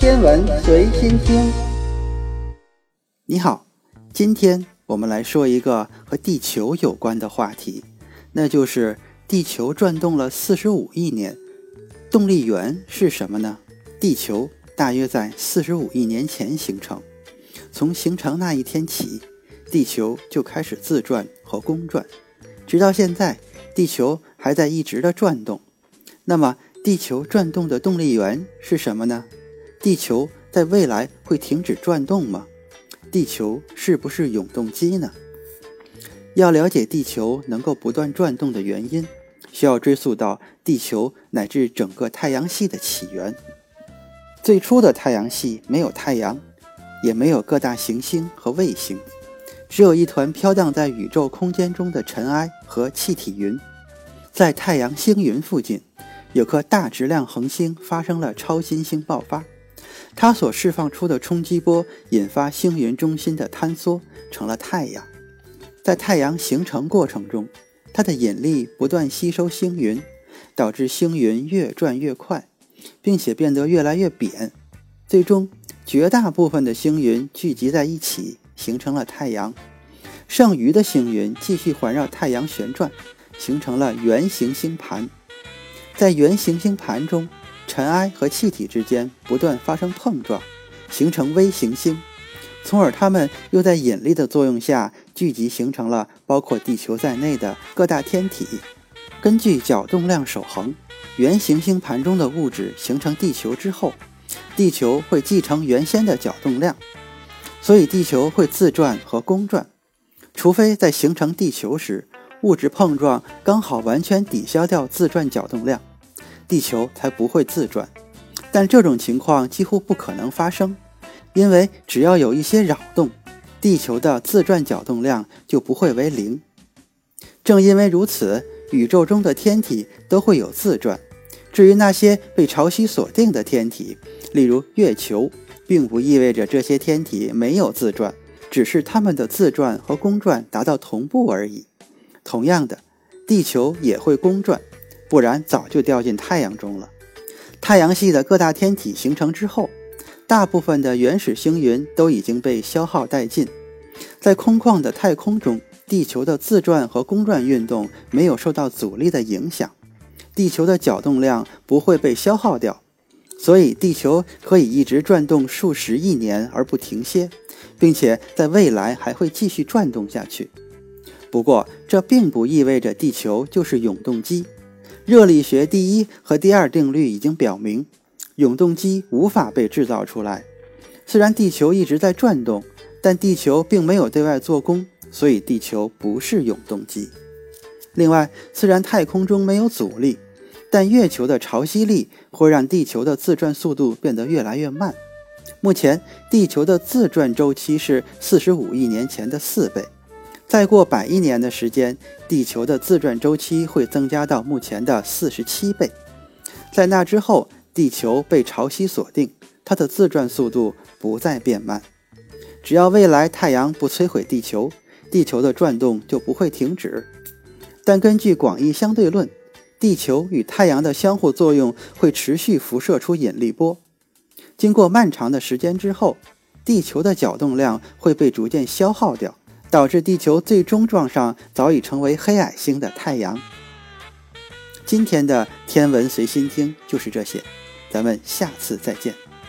天文随心听。你好，今天我们来说一个和地球有关的话题，那就是地球转动了45亿年，动力源是什么呢？地球大约在45亿年前形成，从形成那一天起，地球就开始自转和公转，直到现在，地球还在一直的转动。那么地球转动的动力源是什么呢？地球在未来会停止转动吗？地球是不是永动机呢？要了解地球能够不断转动的原因，需要追溯到地球乃至整个太阳系的起源。最初的太阳系没有太阳，也没有各大行星和卫星，只有一团飘荡在宇宙空间中的尘埃和气体云。在太阳星云附近，有颗大质量恒星发生了超新星爆发，它所释放出的冲击波引发星云中心的坍缩，成了太阳。在太阳形成过程中，它的引力不断吸收星云，导致星云越转越快，并且变得越来越扁，最终绝大部分的星云聚集在一起，形成了太阳。剩余的星云继续环绕太阳旋转，形成了圆形星盘。在圆形星盘中，尘埃和气体之间不断发生碰撞，形成微行星，从而它们又在引力的作用下聚集，形成了包括地球在内的各大天体。根据角动量守恒，圆形星盘中的物质形成地球之后，地球会继承原先的角动量，所以地球会自转和公转。除非在形成地球时，物质碰撞刚好完全抵消掉自转角动量，地球才不会自转。但这种情况几乎不可能发生，因为只要有一些扰动，地球的自转角动量就不会为零。正因为如此，宇宙中的天体都会有自转。至于那些被潮汐锁定的天体，例如月球，并不意味着这些天体没有自转，只是它们的自转和公转达到同步而已。同样的，地球也会公转，不然早就掉进太阳中了。太阳系的各大天体形成之后，大部分的原始星云都已经被消耗殆尽。在空旷的太空中，地球的自转和公转运动没有受到阻力的影响，地球的角动量不会被消耗掉，所以地球可以一直转动数十亿年而不停歇，并且在未来还会继续转动下去。不过，这并不意味着地球就是永动机。热力学第一和第二定律已经表明，永动机无法被制造出来。虽然地球一直在转动，但地球并没有对外做功，所以地球不是永动机。另外，虽然太空中没有阻力，但月球的潮汐力会让地球的自转速度变得越来越慢。目前，地球的自转周期是45亿年前的4倍。再过100亿年的时间，地球的自转周期会增加到目前的47倍。在那之后，地球被潮汐锁定，它的自转速度不再变慢。只要未来太阳不摧毁地球，地球的转动就不会停止。但根据广义相对论，地球与太阳的相互作用会持续辐射出引力波。经过漫长的时间之后，地球的角动量会被逐渐消耗掉，导致地球最终撞上早已成为黑矮星的太阳。今天的天文随心听就是这些，咱们下次再见。